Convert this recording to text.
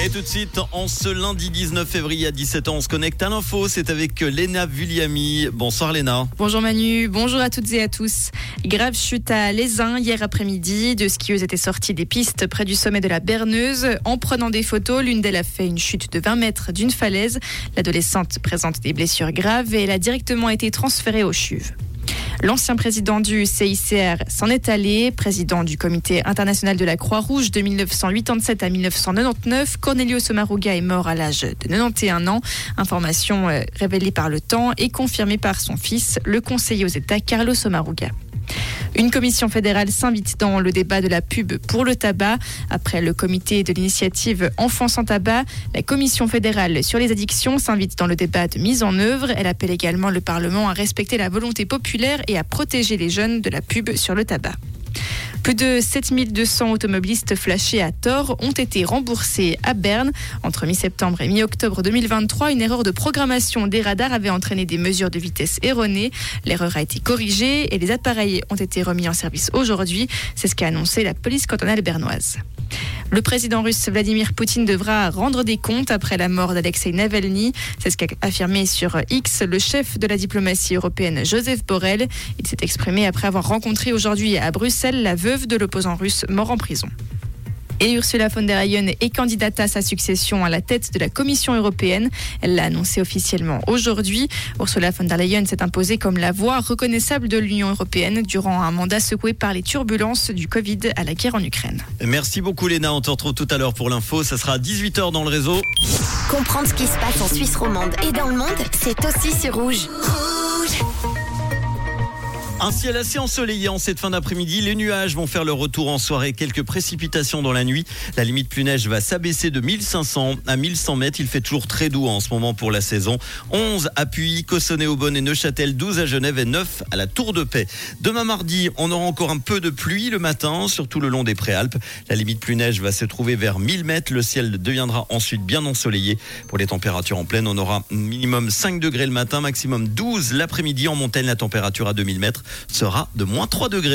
Et tout de suite, en ce lundi 19 février à 17h, on se connecte à l'info. C'est avec Léna Vulliamy. Bonsoir Léna. Bonjour Manu, bonjour à toutes et à tous. Grave chute à Lézin hier après-midi. Deux skieuses étaient sorties des pistes près du sommet de la Berneuse. En prenant des photos, l'une d'elles a fait une chute de 20 mètres d'une falaise. L'adolescente présente des blessures graves et elle a directement été transférée au CHUV. L'ancien président du CICR s'en est allé, président du Comité international de la Croix-Rouge de 1987 à 1999. Cornelio Sommaruga est mort à l'âge de 91 ans. Information révélée par Le Temps et confirmée par son fils, le conseiller aux États Carlos Sommaruga. Une commission fédérale s'invite dans le débat de la pub pour le tabac. Après le comité de l'initiative Enfants sans tabac, la commission fédérale sur les addictions s'invite dans le débat de mise en œuvre. Elle appelle également le Parlement à respecter la volonté populaire et à protéger les jeunes de la pub sur le tabac. Plus de 7200 automobilistes flashés à tort ont été remboursés à Berne. Entre mi-septembre et mi-octobre 2023, une erreur de programmation des radars avait entraîné des mesures de vitesse erronées. L'erreur a été corrigée et les appareils ont été remis en service aujourd'hui. C'est ce qu'a annoncé la police cantonale bernoise. Le président russe Vladimir Poutine devra rendre des comptes après la mort d'Alexei Navalny. C'est ce qu'a affirmé sur X le chef de la diplomatie européenne Joseph Borrell. Il s'est exprimé après avoir rencontré aujourd'hui à Bruxelles la veuve de l'opposant russe mort en prison. Et Ursula von der Leyen est candidate à sa succession à la tête de la Commission européenne. Elle l'a annoncé officiellement aujourd'hui. Ursula von der Leyen s'est imposée comme la voix reconnaissable de l'Union européenne durant un mandat secoué par les turbulences du Covid à la guerre en Ukraine. Merci beaucoup Léna, on te retrouve tout à l'heure pour l'info. Ça sera à 18h dans le réseau. Comprendre ce qui se passe en Suisse romande et dans le monde, c'est aussi sur Rouge. Un ciel assez ensoleillé en cette fin d'après-midi. Les nuages vont faire leur retour en soirée. Quelques précipitations dans la nuit. La limite pluie-neige va s'abaisser de 1500 à 1100 mètres. Il fait toujours très doux en ce moment pour la saison. 11 à Puy, Cossonay-Aubonne et Neuchâtel, 12 à Genève et 9 à la Tour de Paix. Demain mardi, on aura encore un peu de pluie le matin, surtout le long des Préalpes. La limite pluie-neige va se trouver vers 1000 mètres. Le ciel deviendra ensuite bien ensoleillé. Pour les températures en pleine, on aura minimum 5 degrés le matin, maximum 12 l'après-midi. En montagne, la température à 2000 mètres sera de -3 degrés.